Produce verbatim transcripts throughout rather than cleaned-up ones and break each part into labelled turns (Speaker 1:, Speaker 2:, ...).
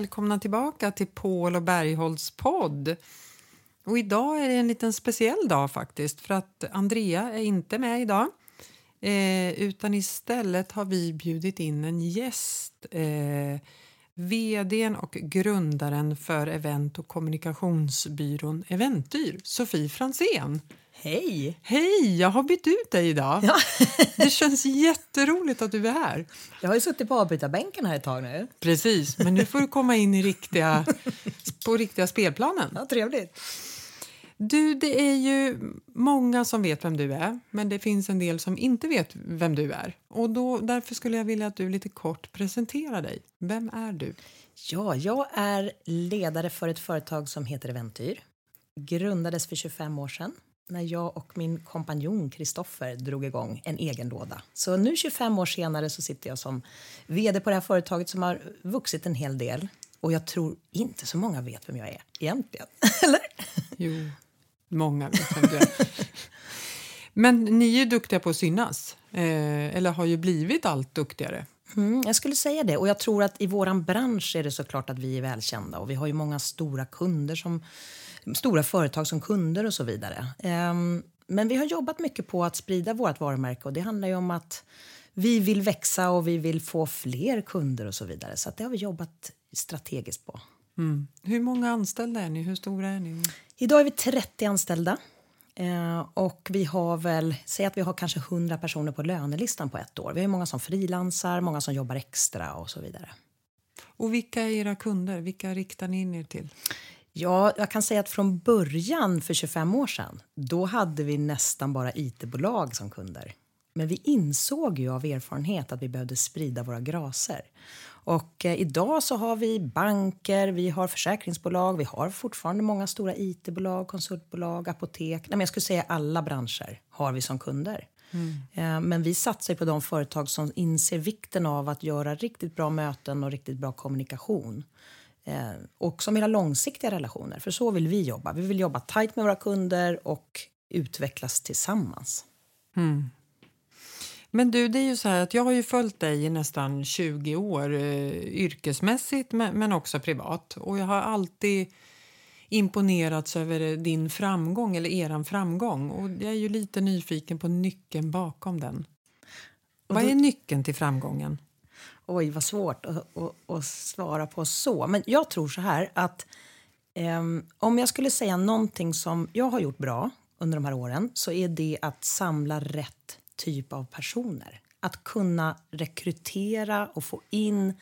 Speaker 1: välkomna tillbaka till Paul och Bergholtz podd. Och idag är det en liten speciell dag faktiskt, för att Andrea är inte med idag. Eh, utan istället har vi bjudit in en gäst, eh, vdn och grundaren för event- och kommunikationsbyrån Eventyr, Sofie Fransén.
Speaker 2: Hej!
Speaker 1: Hej, jag har bytt ut dig idag.
Speaker 2: Ja.
Speaker 1: Det känns jätteroligt att du är här.
Speaker 2: Jag har ju suttit på avbytarbänken här ett tag nu.
Speaker 1: Precis, men nu får du komma in i riktiga, på riktiga spelplanen.
Speaker 2: Ja, trevligt.
Speaker 1: Du, det är ju många som vet vem du är, men det finns en del som inte vet vem du är. Och då, därför skulle jag vilja att du lite kort presenterar dig. Vem är du?
Speaker 2: Ja, jag är ledare för ett företag som heter Eventyr. Grundades för tjugofem år sedan när jag och min kompanjon Kristoffer drog igång en egen låda. Så nu tjugofem år senare så sitter jag som vd på det här företaget som har vuxit en hel del. Och jag tror inte så många vet vem jag är egentligen, eller?
Speaker 1: Jo, många vet vem du är. Men ni är duktiga på att synas, eh, eller har ju blivit allt duktigare.
Speaker 2: Mm, jag skulle säga det, och jag tror att i våran bransch är det såklart att vi är välkända. Och vi har ju många stora kunder, som, stora företag som kunder och så vidare. Um, men vi har jobbat mycket på att sprida vårt varumärke, och det handlar ju om att vi vill växa och vi vill få fler kunder och så vidare. Så att det har vi jobbat strategiskt på.
Speaker 1: Mm. Hur många anställda är ni? Hur stora är ni?
Speaker 2: Idag är vi trettio anställda. Eh, och vi har väl, säg att vi har kanske hundra personer på lönelistan på ett år. Vi har många som frilansar, många som jobbar extra och så vidare.
Speaker 1: Och vilka är era kunder? Vilka riktar ni in er till?
Speaker 2: Ja, jag kan säga att från början för tjugofem år sedan, då hade vi nästan bara I T-bolag som kunder. Men vi insåg ju av erfarenhet att vi behövde sprida våra graser. Och eh, idag så har vi banker, vi har försäkringsbolag, vi har fortfarande många stora I T-bolag, konsultbolag, apotek. Nej, men jag skulle säga alla branscher har vi som kunder. Mm. Eh, men vi satsar på de företag som inser vikten av att göra riktigt bra möten och riktigt bra kommunikation. Eh, och som vill ha långsiktiga relationer, för så vill vi jobba. Vi vill jobba tajt med våra kunder och utvecklas tillsammans.
Speaker 1: Mm. Men du, det är ju så här att jag har ju följt dig i nästan tjugo år eh, yrkesmässigt men, men också privat. Och jag har alltid imponerats över din framgång eller eran framgång. Och jag är ju lite nyfiken på nyckeln bakom den. Och vad då, är nyckeln till framgången?
Speaker 2: Oj, vad svårt att, att, att svara på så. Men jag tror så här att eh, om jag skulle säga någonting som jag har gjort bra under de här åren, så är det att samla rätt typ av personer. Att kunna rekrytera och få in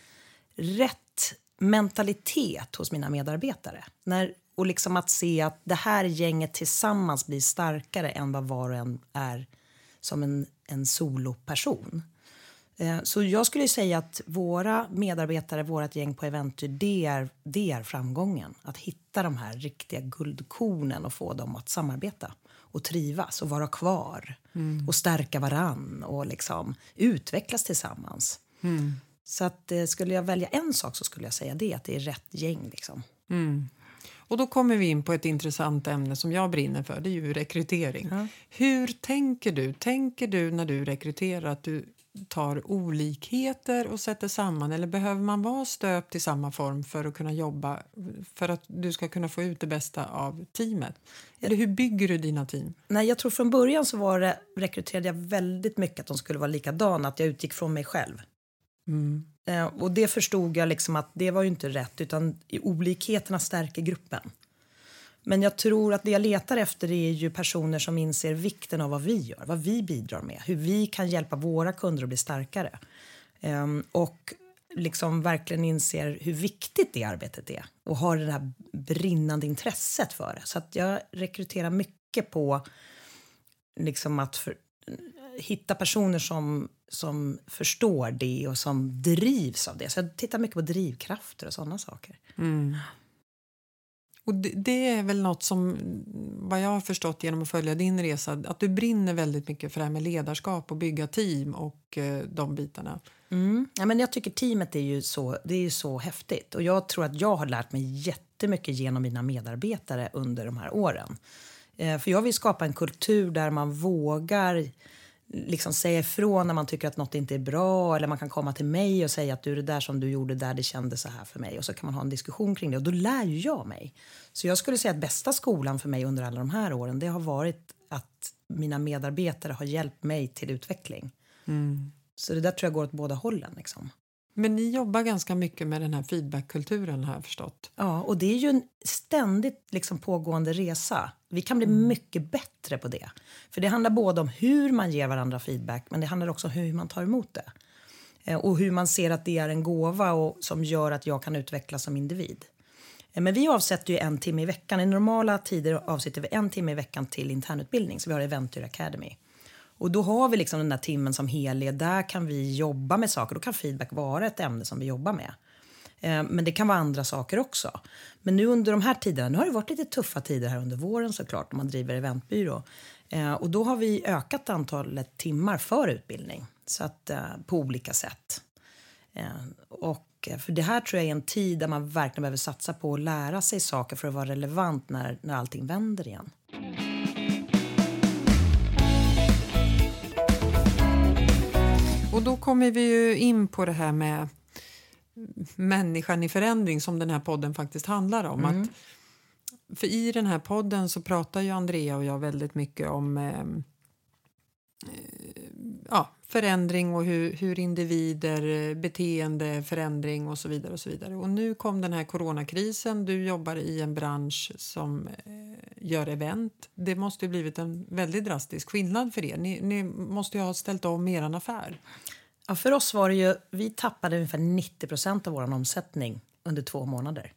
Speaker 2: rätt mentalitet hos mina medarbetare. När, och liksom att se att det här gänget tillsammans blir starkare än vad var och en är som en, en soloperson. Eh, så jag skulle säga att våra medarbetare, vårat gäng på Eventyr, det är, det är framgången. Att hitta de här riktiga guldkornen och få dem att samarbeta. Och trivas och vara kvar. Mm. Och stärka varann. Och liksom utvecklas tillsammans. Mm. Så att, eh, skulle jag välja en sak så skulle jag säga det. Att det är rätt gäng liksom.
Speaker 1: Mm. Och då kommer vi in på ett intressant ämne som jag brinner för. Det är ju rekrytering. Mm. Hur tänker du? Tänker du när du rekryterar att du tar olikheter och sätter samman? Eller behöver man vara stöpt i samma form för att kunna jobba? För att du ska kunna få ut det bästa av teamet? Eller hur bygger du dina team?
Speaker 2: Nej, jag tror från början så var det, rekryterade jag väldigt mycket att de skulle vara likadana. Att jag utgick från mig själv. Mm. Eh, och det förstod jag liksom att det var ju inte rätt. Utan olikheterna stärker gruppen. Men jag tror att det jag letar efter är ju personer som inser vikten av vad vi gör. Vad vi bidrar med. Hur vi kan hjälpa våra kunder att bli starkare. Um, och liksom verkligen inser hur viktigt det arbetet är. Och har det här brinnande intresset för det. Så att jag rekryterar mycket på liksom att för, hitta personer som, som förstår det. Och som drivs av det. Så jag tittar mycket på drivkrafter och sådana saker.
Speaker 1: Mm. Och det, det är väl något som, vad jag har förstått genom att följa din resa, att du brinner väldigt mycket för det här med ledarskap och bygga team och eh, de bitarna.
Speaker 2: Mm. Ja, men jag tycker teamet är ju så, det är ju så häftigt. Och jag tror att jag har lärt mig jättemycket genom mina medarbetare under de här åren. Eh, för jag vill skapa en kultur där man vågar liksom säga ifrån när man tycker att något inte är bra. Eller man kan komma till mig och säga att du, det där som du gjorde där, det kändes så här för mig. Och så kan man ha en diskussion kring det. Och då lär ju jag mig. Så jag skulle säga att bästa skolan för mig under alla de här åren, det har varit att mina medarbetare har hjälpt mig till utveckling. Mm. Så det där tror jag går åt båda hållen liksom.
Speaker 1: Men ni jobbar ganska mycket med den här feedbackkulturen, har jag förstått.
Speaker 2: Ja, och det är ju en ständigt liksom pågående resa. Vi kan bli mm. mycket bättre på det. För det handlar både om hur man ger varandra feedback, men det handlar också om hur man tar emot det. Eh, och hur man ser att det är en gåva och, som gör att jag kan utvecklas som individ. Eh, men vi avsätter ju en timme i veckan. I normala tider avsätter vi en timme i veckan till internutbildning. Så vi har Eventyr Academy. Och då har vi liksom den där timmen som helhet. Där kan vi jobba med saker. Då kan feedback vara ett ämne som vi jobbar med. Eh, men det kan vara andra saker också. Men nu under de här tiderna, nu har det varit lite tuffa tider här under våren såklart. När man driver eventbyrå. Eh, och då har vi ökat antalet timmar för utbildning. Så att eh, på olika sätt. Eh, och för det här tror jag är en tid där man verkligen behöver satsa på att lära sig saker för att vara relevant när, när allting vänder igen.
Speaker 1: Och då kommer vi ju in på det här med människan i förändring som den här podden faktiskt handlar om. Mm. Att, för i den här podden så pratar ju Andrea och jag väldigt mycket om eh, ja, förändring och hur, hur individer, beteende, förändring och så vidare och så vidare. Och nu kom den här coronakrisen. Du jobbar i en bransch som eh, gör event. Det måste ju blivit en väldigt drastisk skillnad för er. Ni, ni måste ju ha ställt om er affär.
Speaker 2: Ja, för oss var det ju, vi tappade ungefär nittio procent av vår omsättning under två månader.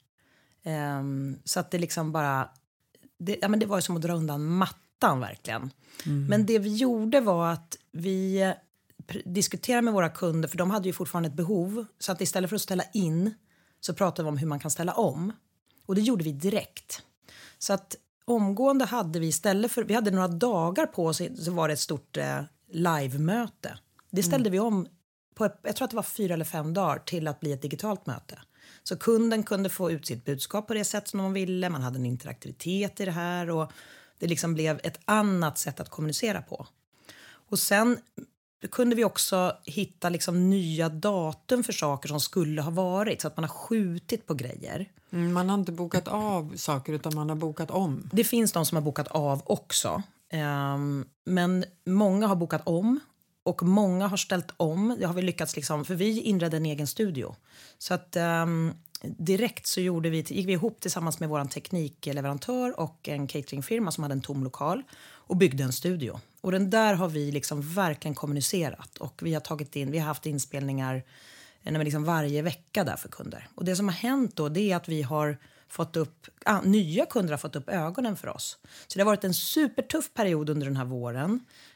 Speaker 2: Um, så att det liksom bara, det, ja, men det var ju som att dra undan mattan verkligen. Mm. Men det vi gjorde var att vi diskuterade med våra kunder, för de hade ju fortfarande ett behov. Så att istället för att ställa in så pratade vi om hur man kan ställa om. Och det gjorde vi direkt. Så att omgående hade vi istället för, vi hade några dagar på oss, så var det ett stort eh, live-möte. Det ställde mm. vi om på, jag tror att det var fyra eller fem dagar till att bli ett digitalt möte. Så kunden kunde få ut sitt budskap på det sätt som de ville. Man hade en interaktivitet i det här och det liksom blev ett annat sätt att kommunicera på. Och sen kunde vi också hitta liksom nya datum för saker som skulle ha varit. Så att man har skjutit på grejer.
Speaker 1: Mm, man har inte bokat av saker utan man har bokat om.
Speaker 2: Det finns de som har bokat av också. Um, men många har bokat om. Och många har ställt om. Det har vi lyckats liksom, för vi inredde en egen studio. Så att um, direkt så gjorde vi, gick vi ihop tillsammans med vår teknikleverantör och en cateringfirma som hade en tom lokal och byggde en studio. Och den där har vi liksom verkligen kommunicerat. Och vi har tagit in, vi har haft inspelningar liksom varje vecka där för kunder. Och det som har hänt då, det är att vi har fått upp, ah, nya kunder har fått upp ögonen för oss. Så det har varit en supertuff period under den här våren.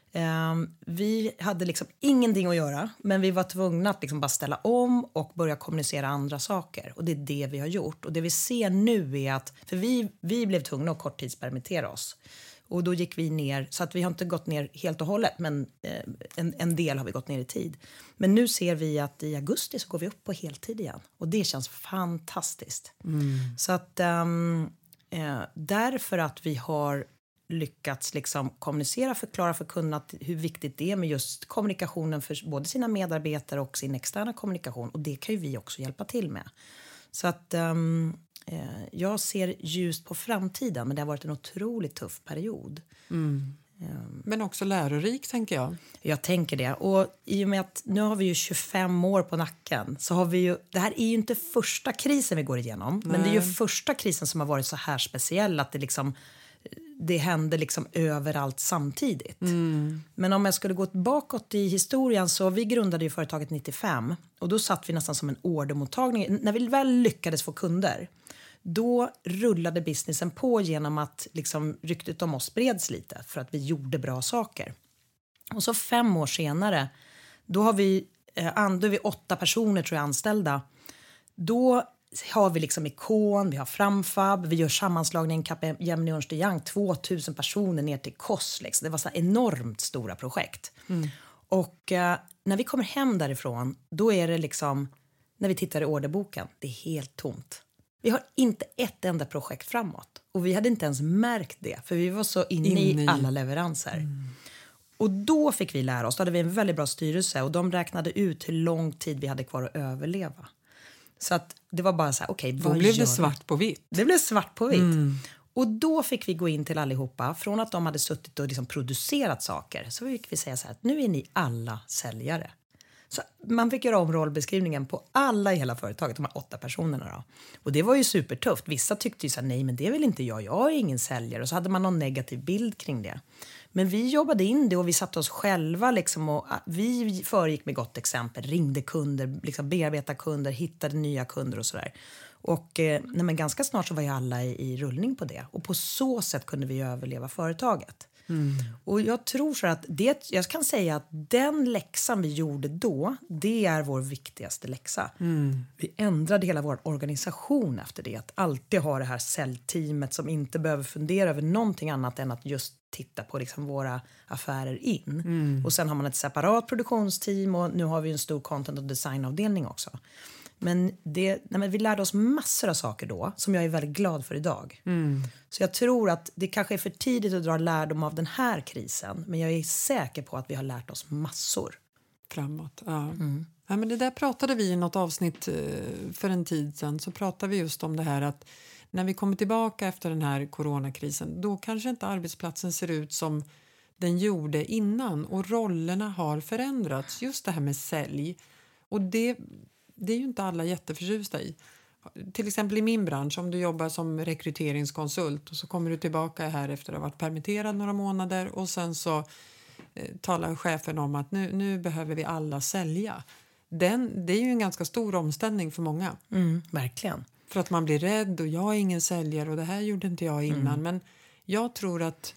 Speaker 2: Um, vi hade liksom ingenting att göra, men vi var tvungna att liksom bara ställa om och börja kommunicera andra saker. Och det är det vi har gjort. Och det vi ser nu är att, för vi, vi blev tvungna att korttidspermittera oss. Och då gick vi ner, så att vi har inte gått ner helt och hållet, men eh, en, en del har vi gått ner i tid. Men nu ser vi att i augusti så går vi upp på heltid igen. Och det känns fantastiskt. Mm. Så att um, eh, därför att vi har lyckats liksom kommunicera, förklara för kunderna hur viktigt det är med just kommunikationen för både sina medarbetare och sin externa kommunikation. Och det kan ju vi också hjälpa till med. Så att um, eh, jag ser ljust på framtiden, men det har varit en otroligt tuff period.
Speaker 1: Mm. Um, men också lärorik, tänker jag.
Speaker 2: Jag tänker det. Och i och med att nu har vi ju tjugofem år på nacken, så har vi ju, det här är ju inte första krisen vi går igenom. Nej. Men det är ju första krisen som har varit så här speciell att det liksom det hände liksom överallt samtidigt. Mm. Men om jag skulle gå bakåt i historien, så vi grundade ju företaget nittiofem. Och då satt vi nästan som en ordermottagning. När vi väl lyckades få kunder, då rullade businessen på genom att liksom ryktet om oss spreds lite. För att vi gjorde bra saker. Och så fem år senare, då har vi, eh, då är vi åtta personer tror jag anställda. Då har vi liksom Ikon, vi har Framfab, vi gör sammanslagningen Capgemini Ernst och Young, tvåtusen personer ner till Kos. Liksom. Det var så enormt stora projekt. Mm. Och eh, när vi kommer hem därifrån, då är det liksom, när vi tittar i orderboken, det är helt tomt. Vi har inte ett enda projekt framåt. Och vi hade inte ens märkt det, för vi var så inne, inne i alla leveranser. Mm. Och då fick vi lära oss, då hade vi en väldigt bra styrelse och de räknade ut hur lång tid vi hade kvar att överleva. Så att det var bara så här, okej,
Speaker 1: Då
Speaker 2: vad
Speaker 1: blev
Speaker 2: gör
Speaker 1: det
Speaker 2: vi?
Speaker 1: svart på vitt.
Speaker 2: Det blev svart på vitt.
Speaker 1: Mm.
Speaker 2: Och då fick vi gå in till allihopa, från att de hade suttit och liksom producerat saker, så fick vi säga så här, att nu är ni alla säljare. Så man fick göra om rollbeskrivningen på alla i hela företaget, de här åtta personerna då. Och det var ju supertufft. Vissa tyckte ju så här, nej men det är väl inte jag, jag är ingen säljare. Och så hade man någon negativ bild kring det. Men vi jobbade in det och vi satte oss själva liksom och vi föregick med gott exempel, ringde kunder, liksom bearbetade kunder, hittade nya kunder och sådär. Och eh, nej men ganska snart så var ju alla i, i rullning på det. Och på så sätt kunde vi överleva företaget. Mm. Och jag tror så att det, jag kan säga att den läxan vi gjorde då, det är vår viktigaste läxa. Mm. Vi ändrade hela vår organisation efter det. Att alltid ha det här säljteamet som inte behöver fundera över någonting annat än att just titta på liksom våra affärer in. Mm. Och sen har man ett separat produktionsteam och nu har vi en stor content- och designavdelning också. Men, det, nej men vi lärde oss massor av saker då som jag är väldigt glad för idag. Mm. Så jag tror att det kanske är för tidigt att dra lärdom av den här krisen. Men jag är säker på att vi har lärt oss massor.
Speaker 1: Framåt, ja. Mm. Ja, men det där pratade vi i något avsnitt för en tid sedan. Så pratade vi just om det här att när vi kommer tillbaka efter den här coronakrisen, då kanske inte arbetsplatsen ser ut som den gjorde innan. Och rollerna har förändrats. Just det här med sälj. Och det... Det är ju inte alla jätteförtjusta i. Till exempel i min bransch, om du jobbar som rekryteringskonsult och så kommer du tillbaka här efter att ha varit permitterad några månader och sen så eh, talar chefen om att nu, nu behöver vi alla sälja. Den, det är ju en ganska stor omställning för många.
Speaker 2: Mm, verkligen.
Speaker 1: För att man blir rädd och jag är ingen säljare och det här gjorde inte jag innan. Mm. Men jag tror att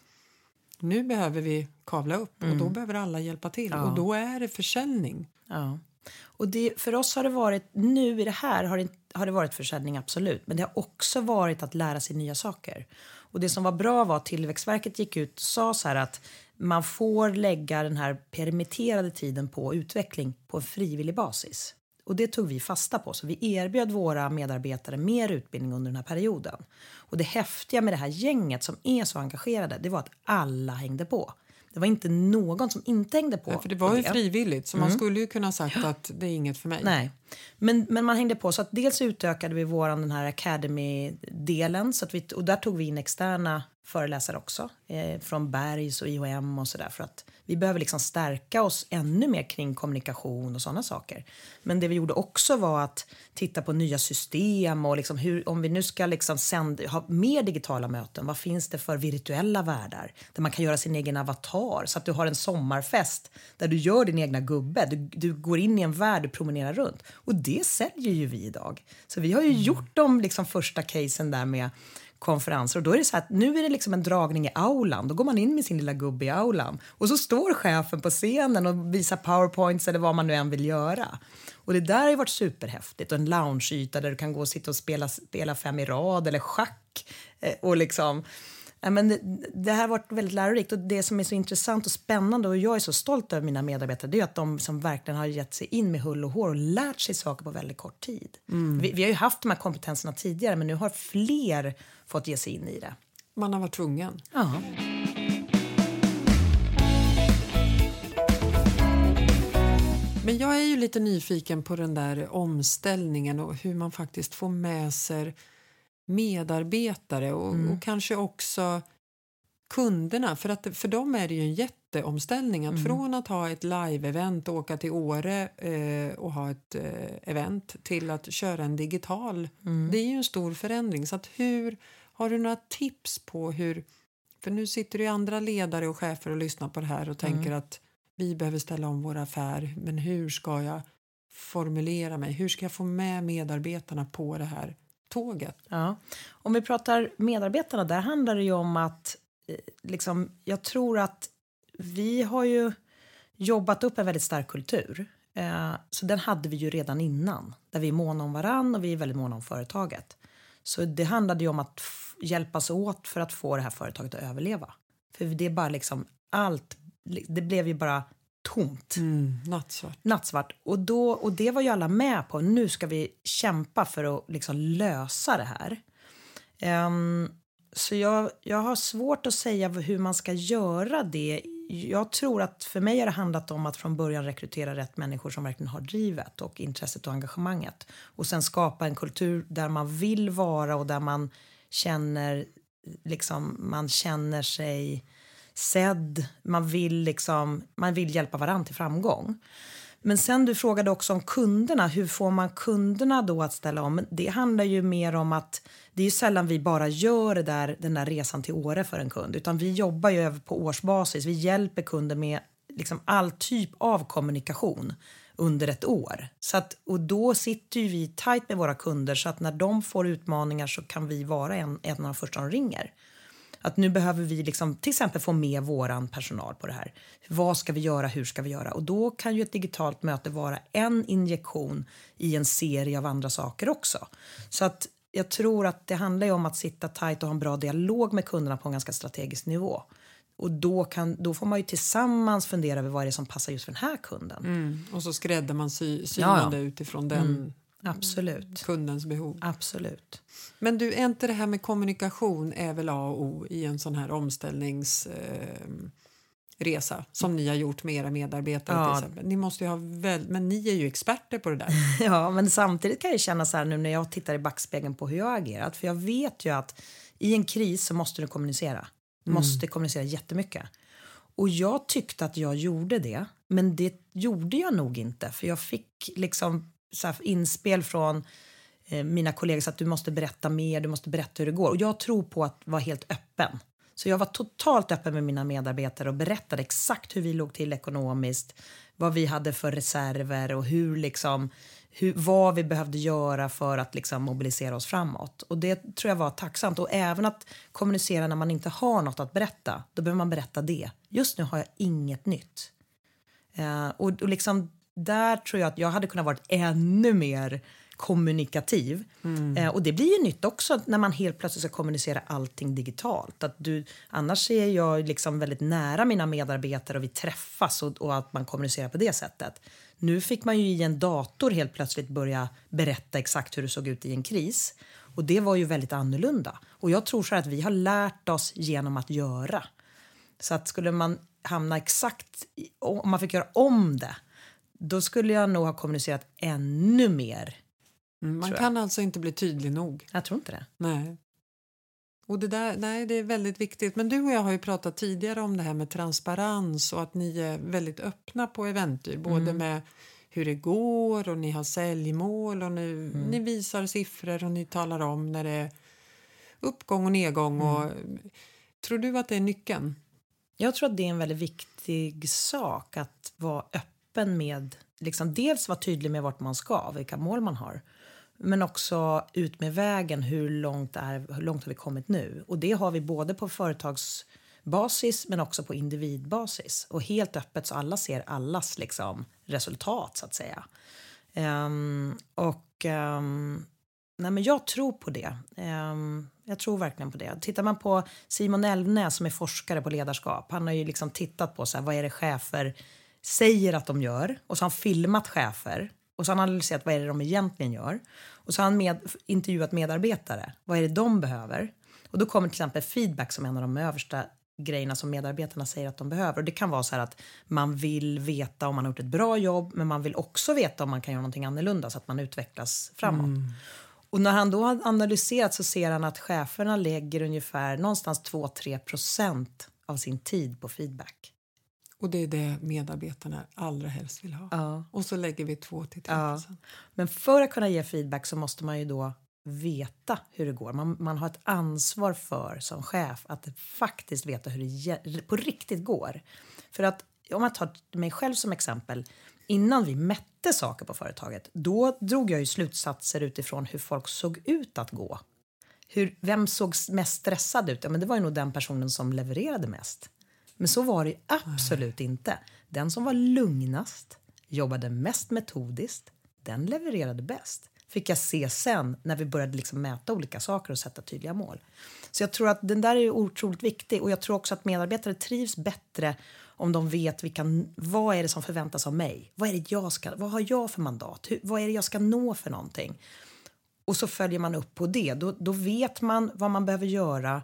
Speaker 1: nu behöver vi kavla upp mm. och då behöver alla hjälpa till. Ja. Och då är det försäljning.
Speaker 2: Ja. Och det, för oss har det varit, nu i det här har det, har det varit försäljning absolut. Men det har också varit att lära sig nya saker. Och det som var bra var att Tillväxtverket gick ut och sa så här att man får lägga den här permitterade tiden på utveckling på en frivillig basis. Och det tog vi fasta på. Så vi erbjöd våra medarbetare mer utbildning under den här perioden. Och det häftiga med det här gänget som är så engagerade, det var att alla hängde på. Det var inte någon som inte hängde på.
Speaker 1: Ja, för det var ju det. frivilligt. Så mm. man skulle ju kunna sagt ja. att det är inget för mig.
Speaker 2: Nej, men, men man hängde på. Så att dels utökade vi våran den här Academy-delen. Så att vi, och där tog vi in externa föreläsare också. Eh, från Bergs och I H M och sådär. För att vi behöver liksom stärka oss ännu mer kring kommunikation och sådana saker. Men det vi gjorde också var att titta på nya system. Och liksom hur, om vi nu ska liksom sända, ha mer digitala möten. Vad finns det för virtuella världar? Där man kan göra sin egen avatar. Så att du har en sommarfest där du gör din egna gubbe. Du, du går in i en värld och promenerar runt. Och det säljer ju vi idag. Så vi har ju mm. gjort de liksom första casen där med konferenser. Och då är det så att nu är det liksom en dragning i aulan. Då går man in med sin lilla gubbe i aulan. Och så står chefen på scenen och visar powerpoints eller vad man nu än vill göra. Och det där har ju varit superhäftigt. Och en loungeyta där du kan gå och sitta och spela, spela fem i rad eller schack. Och liksom... Ja, men det, det här har varit väldigt lärorikt och det som är så intressant och spännande och jag är så stolt över mina medarbetare, det är att de som verkligen har gett sig in med hull och hår och lärt sig saker på väldigt kort tid. Mm. Vi, vi har ju haft de här kompetenserna tidigare men nu har fler fått ge sig in i det.
Speaker 1: Man har varit tvungen.
Speaker 2: Ja.
Speaker 1: Men jag är ju lite nyfiken på den där omställningen och hur man faktiskt får med sig medarbetare och, mm. och kanske också kunderna. För, att, för dem är det ju en jätteomställning. Att mm. från att ha ett live-event och åka till Åre eh, och ha ett eh, event till att köra en digital. Mm. Det är ju en stor förändring. Så att hur, har du några tips på hur... För nu sitter det ju andra ledare och chefer och lyssnar på det här och tänker mm. att vi behöver ställa om våra affär. Men hur ska jag formulera mig? Hur ska jag få med medarbetarna på det här tåget?
Speaker 2: Ja. Om vi pratar medarbetarna, där handlar det ju om att liksom, jag tror att vi har ju jobbat upp en väldigt stark kultur. Eh, så den hade vi ju redan innan. Där vi är måna om varann och vi är väldigt måna om företaget. Så det handlade ju om att f- hjälpas åt för att få det här företaget att överleva. För det är bara liksom allt, det blev ju bara tomt.
Speaker 1: Mm, nattsvart.
Speaker 2: Nattsvart. Och, då, och det var ju alla med på. Nu ska vi kämpa för att liksom lösa det här. Um, så jag, jag har svårt att säga hur man ska göra det jag tror att för mig har det handlat om att från början rekrytera rätt människor som verkligen har drivet och intresset och engagemanget. Och sen skapa en kultur där man vill vara och där man känner, liksom, man känner sig sedd. Man vill, liksom, man vill hjälpa varandra till framgång. Men sen du frågade också om kunderna. Hur får man kunderna då att ställa om? Det handlar ju mer om att det är ju sällan vi bara gör det där, den där resan till Åre för en kund. Utan vi jobbar ju över på årsbasis. Vi hjälper kunder med liksom all typ av kommunikation under ett år. Så att, och då sitter ju vi tajt med våra kunder så att när de får utmaningar så kan vi vara en, en av de första som ringer. Att nu behöver vi liksom, till exempel få med våran personal på det här. Vad ska vi göra? Hur ska vi göra? Och då kan ju ett digitalt möte vara en injektion i en serie av andra saker också. Så att jag tror att det handlar ju om att sitta tajt och ha en bra dialog med kunderna på en ganska strategisk nivå. Och då, kan, då får man ju tillsammans fundera över vad det är som passar just för den här kunden.
Speaker 1: Mm. Och så skräddar man sy- synande ja. utifrån den
Speaker 2: mm. Absolut.
Speaker 1: kundens behov.
Speaker 2: Absolut.
Speaker 1: Men du, är inte det här med kommunikation är väl A och O i en sån här omställningsresa eh, som ni har gjort med era medarbetare ja. till exempel. Ni måste ju ha väl, men ni är ju experter på det där.
Speaker 2: Ja, men samtidigt kan jag känna så här nu när jag tittar i backspegeln på hur jag har agerat. För jag vet ju att i en kris så måste du kommunicera. Du mm. måste kommunicera jättemycket. Och jag tyckte att jag gjorde det, men det gjorde jag nog inte. För jag fick liksom så här inspel från eh, mina kollegor så att du måste berätta mer, du måste berätta hur det går. Och jag tror på att vara helt öppen. Så jag var totalt öppen med mina medarbetare och berättade exakt hur vi låg till ekonomiskt, vad vi hade för reserver och hur liksom, hur, vad vi behövde göra för att liksom mobilisera oss framåt. Och det tror jag var tacksamt. Och även att kommunicera när man inte har något att berätta, då behöver man berätta det. Just nu har jag inget nytt. Eh, och, och liksom där tror jag att jag hade kunnat vara ännu mer kommunikativ. Mm. Eh, och det blir ju nytt också när man helt plötsligt ska kommunicera allting digitalt. Att du, annars är jag liksom väldigt nära mina medarbetare och vi träffas och, och att man kommunicerar på det sättet. Nu fick man ju i en dator helt plötsligt börja berätta exakt hur det såg ut i en kris. Och det var ju väldigt annorlunda. Och jag tror så här att vi har lärt oss genom att göra. Så att skulle man hamna exakt, i, om man fick göra om det, då skulle jag nog ha kommunicerat ännu mer.
Speaker 1: Mm, man kan alltså inte bli tydlig nog.
Speaker 2: Jag tror inte det.
Speaker 1: Nej. Och det där, nej, det är väldigt viktigt. Men du och jag har ju pratat tidigare om det här med transparens och att ni är väldigt öppna på Eventy. Både mm. med hur det går och ni har säljmål och ni, mm. ni visar siffror och ni talar om när det är uppgång och nedgång. Mm. Och, tror du att det är nyckeln?
Speaker 2: Jag tror att det är en väldigt viktig sak att vara öppen med, liksom dels vara tydlig med vart man ska, vilka mål man har. Men också ut med vägen, hur långt, är, hur långt har vi kommit nu? Och det har vi både på företagsbasis men också på individbasis. Och helt öppet så alla ser allas liksom, resultat så att säga. Um, och um, nej, men jag tror på det. Um, jag tror verkligen på det. Tittar man på Simon Elvnäs som är forskare på ledarskap. Han har ju liksom tittat på så här, vad är det chefer säger att de gör. Och så har han filmat chefer. Och så har han analyserat vad är det de egentligen gör. Och så har han med, intervjuat medarbetare. Vad är det de behöver? Och då kommer till exempel feedback som en av de översta grejerna som medarbetarna säger att de behöver. Och det kan vara så här att man vill veta om man har gjort ett bra jobb. Men man vill också veta om man kan göra någonting annorlunda så att man utvecklas framåt. Mm. Och när han då har analyserat så ser han att cheferna lägger ungefär någonstans två till tre procent av sin tid på feedback.
Speaker 1: Och det är det medarbetarna allra helst vill ha.
Speaker 2: Ja.
Speaker 1: Och så lägger vi två till tre procent.
Speaker 2: Ja. Men för att kunna ge feedback så måste man ju då veta hur det går. Man, man har ett ansvar för som chef att faktiskt veta hur det på riktigt går. För att om man tar mig själv som exempel. Innan vi mätte saker på företaget. Då drog jag ju slutsatser utifrån hur folk såg ut att gå. Hur, vem såg mest stressad ut? Ja, men det var ju nog den personen som levererade mest. Men så var det absolut inte. Den som var lugnast, jobbade mest metodiskt, den levererade bäst. Fick jag se sen när vi började liksom mäta olika saker och sätta tydliga mål. Så jag tror att den där är otroligt viktig. Och jag tror också att medarbetare trivs bättre om de vet vilka, vad är det som förväntas av mig. Vad är det jag ska, vad har jag för mandat? Hur, vad är det jag ska nå för någonting? Och så följer man upp på det. Då, då vet man vad man behöver göra.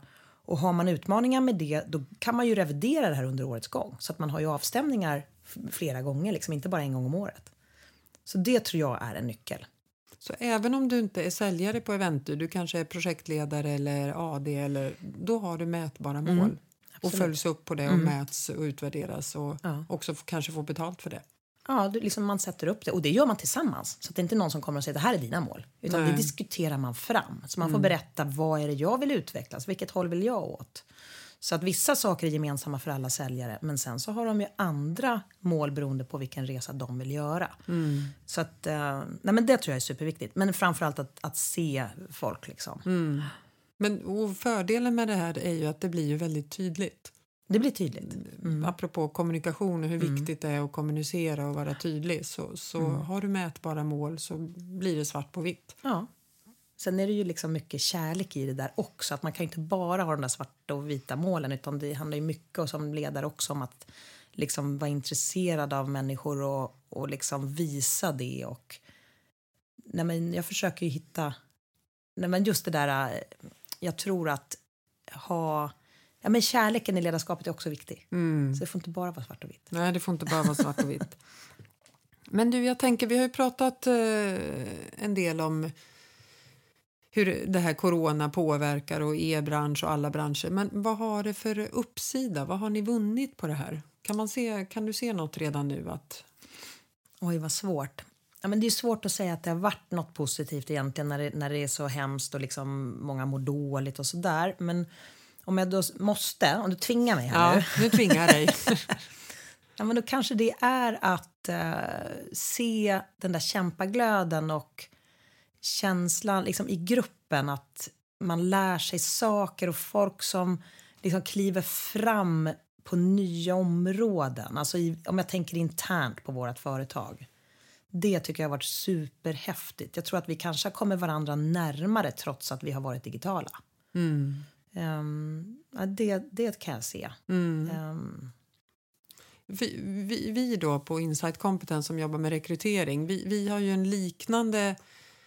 Speaker 2: Och har man utmaningar med det, då kan man ju revidera det här under årets gång. Så att man har ju avstämningar flera gånger, liksom inte bara en gång om året. Så det tror jag är en nyckel.
Speaker 1: Så även om du inte är säljare på Eventu, du kanske är projektledare eller A D, eller, då har du mätbara mål.
Speaker 2: Mm,
Speaker 1: och följs upp på det och
Speaker 2: Mm.
Speaker 1: mäts och utvärderas och
Speaker 2: Ja.
Speaker 1: också f- kanske få betalt för det.
Speaker 2: Ja, du, liksom man sätter upp det. Och det gör man tillsammans. Så att det är inte någon som kommer och säger det här är dina mål. Utan
Speaker 1: Nej.
Speaker 2: det diskuterar man fram. Så man får berätta vad är det jag vill utvecklas. Vilket håll vill jag åt. Så att vissa saker är gemensamma för alla säljare. Men sen så har de ju andra mål beroende på vilken resa de vill göra. Så att, eh, nej men det tror jag är superviktigt. Men framförallt att, att se folk liksom.
Speaker 1: Men och fördelen med det här är ju att det blir ju väldigt tydligt.
Speaker 2: Det blir tydligt.
Speaker 1: Apropå kommunikation och hur viktigt det är att kommunicera och vara tydlig. Så, så har du mätbara mål så blir det svart på vitt.
Speaker 2: Ja. Sen är det ju liksom mycket kärlek i det där också. Att man kan ju inte bara ha de där svarta och vita målen. Utan det handlar ju mycket och som ledare också om att liksom vara intresserad av människor. Och, och liksom visa det. Och, nej men jag försöker ju hitta... Nej men just det där... Jag tror att ha... Ja men kärleken i ledarskapet är också viktig. Så det får inte bara vara svart och vitt.
Speaker 1: Nej, det får inte bara vara svart och vitt. Men du, jag tänker, vi har ju pratat eh, en del om hur det här corona påverkar och e-bransch och alla branscher. Men vad har det för uppsida? Vad har ni vunnit på det här? Kan, man se, kan du se något redan nu? Att...
Speaker 2: Oj, vad svårt. Ja, men det är svårt att säga att det har varit något positivt egentligen när det, när det är så hemskt och liksom många mår dåligt och sådär. Men om jag då måste, om du tvingar mig här
Speaker 1: Ja,
Speaker 2: nu.
Speaker 1: nu tvingar jag dig.
Speaker 2: Ja, men då kanske det är att eh, se den där kämpaglöden och känslan liksom, i gruppen att man lär sig saker och folk som liksom kliver fram på nya områden. Alltså i, om jag tänker internt på vårt företag. Det tycker jag har varit superhäftigt. Jag tror att vi kanske kommer varandra närmare trots att vi har varit digitala.
Speaker 1: Mm.
Speaker 2: Um, ja, det, det kan jag se.
Speaker 1: Mm.
Speaker 2: Um,
Speaker 1: Vi, vi, vi då på Insight Competence som jobbar med rekrytering, vi, vi har ju en liknande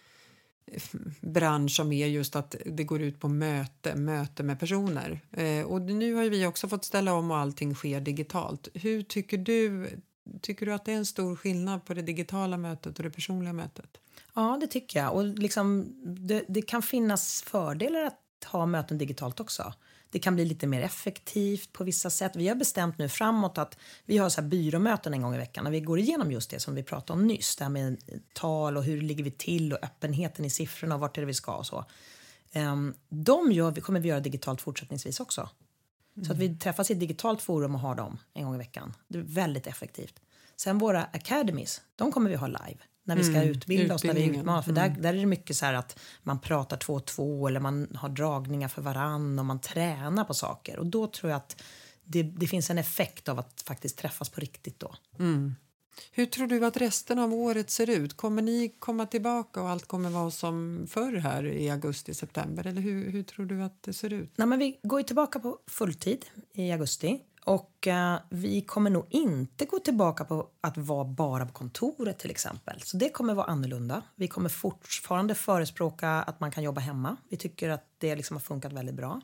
Speaker 1: bransch som är just att det går ut på möte, möte med personer. Eh, och nu har ju vi också fått ställa om och allting sker digitalt. Hur tycker du, tycker du att det är en stor skillnad på det digitala mötet och det personliga mötet?
Speaker 2: Ja, det tycker jag. Och liksom, det, det kan finnas fördelar att ha möten digitalt också. Det kan bli lite mer effektivt på vissa sätt. Vi har bestämt nu framåt att vi har så här byråmöten en gång i veckan. När vi går igenom just det som vi pratade om nyss. Det här med tal och hur ligger vi till och öppenheten i siffrorna och vart är det vi ska och så. Um, de gör, vi kommer vi göra digitalt fortsättningsvis också. Mm. Så att vi träffas i ett digitalt forum och har dem en gång i veckan. Det är väldigt effektivt. Sen våra academies, de kommer vi ha live. När vi ska mm, utbilda oss, när vi utmanar. För mm. där, där är det mycket så här att man pratar två och två eller man har dragningar för varann och man tränar på saker. Och då tror jag att det, det finns en effekt av att faktiskt träffas på riktigt då.
Speaker 1: Mm. Hur tror du att resten av året ser ut? Kommer ni komma tillbaka och allt kommer vara som förr här i augusti, september? Eller hur, hur tror du att det ser ut?
Speaker 2: Nej, men vi går ju tillbaka på fulltid i augusti. Och uh, vi kommer nog inte gå tillbaka på att vara bara på kontoret till exempel. Så det kommer vara annorlunda. Vi kommer fortfarande förespråka att man kan jobba hemma. Vi tycker att det liksom har funkat väldigt bra.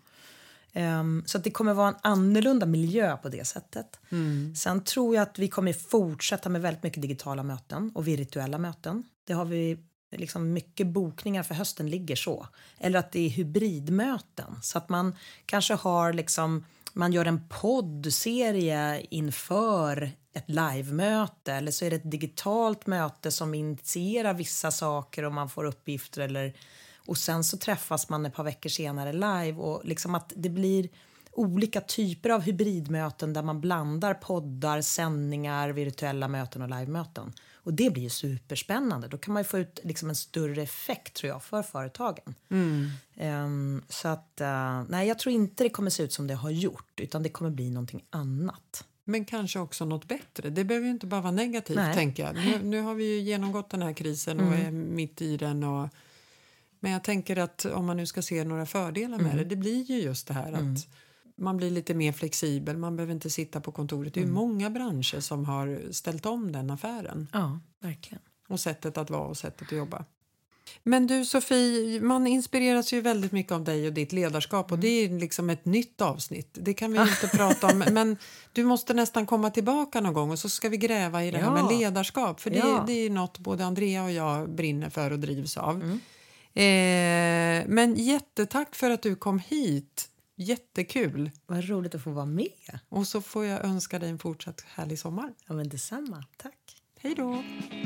Speaker 2: Um, så att det kommer vara en annorlunda miljö på det sättet. Mm. Sen tror jag att vi kommer fortsätta med väldigt mycket digitala möten och virtuella möten. Det har vi liksom mycket bokningar för hösten ligger så. Eller att det är hybridmöten. Så att man kanske har liksom... Man gör en poddserie inför ett livemöte eller så är det ett digitalt möte som initierar vissa saker och man får uppgifter eller och sen så träffas man ett par veckor senare live och liksom att det blir olika typer av hybridmöten där man blandar poddar, sändningar, virtuella möten och livemöten. Och det blir ju superspännande. Då kan man ju få ut liksom en större effekt tror jag för företagen. Mm. Um, så att, uh, nej jag tror inte det kommer se ut som det har gjort utan det kommer bli någonting annat.
Speaker 1: Men kanske också något bättre. Det behöver ju inte bara vara negativt nej. Tänker jag. Nu, nu har vi ju genomgått den här krisen och mm. är mitt i den. Och, men jag tänker att om man nu ska se några fördelar med mm. det. Det blir ju just det här mm. att man blir lite mer flexibel. Man behöver inte sitta på kontoret. Det är ju mm. många branscher som har ställt om den affären.
Speaker 2: Ja, verkligen.
Speaker 1: Och sättet att vara och sättet att jobba. Men du Sofie, man inspireras ju väldigt mycket av dig och ditt ledarskap och det är liksom ett nytt avsnitt. Det kan vi ju inte prata om, men du måste nästan komma tillbaka någon gång och så ska vi gräva i det här
Speaker 2: Ja.
Speaker 1: med ledarskap. För det,
Speaker 2: Ja.
Speaker 1: det är något både Andrea och jag brinner för och drivs av. Mm. Eh, men jättetack för att du kom hit. Jättekul.
Speaker 2: Vad roligt att få vara med.
Speaker 1: Och så får jag önska dig en fortsatt härlig sommar.
Speaker 2: Ja, men detsamma. Tack.
Speaker 1: Hej då.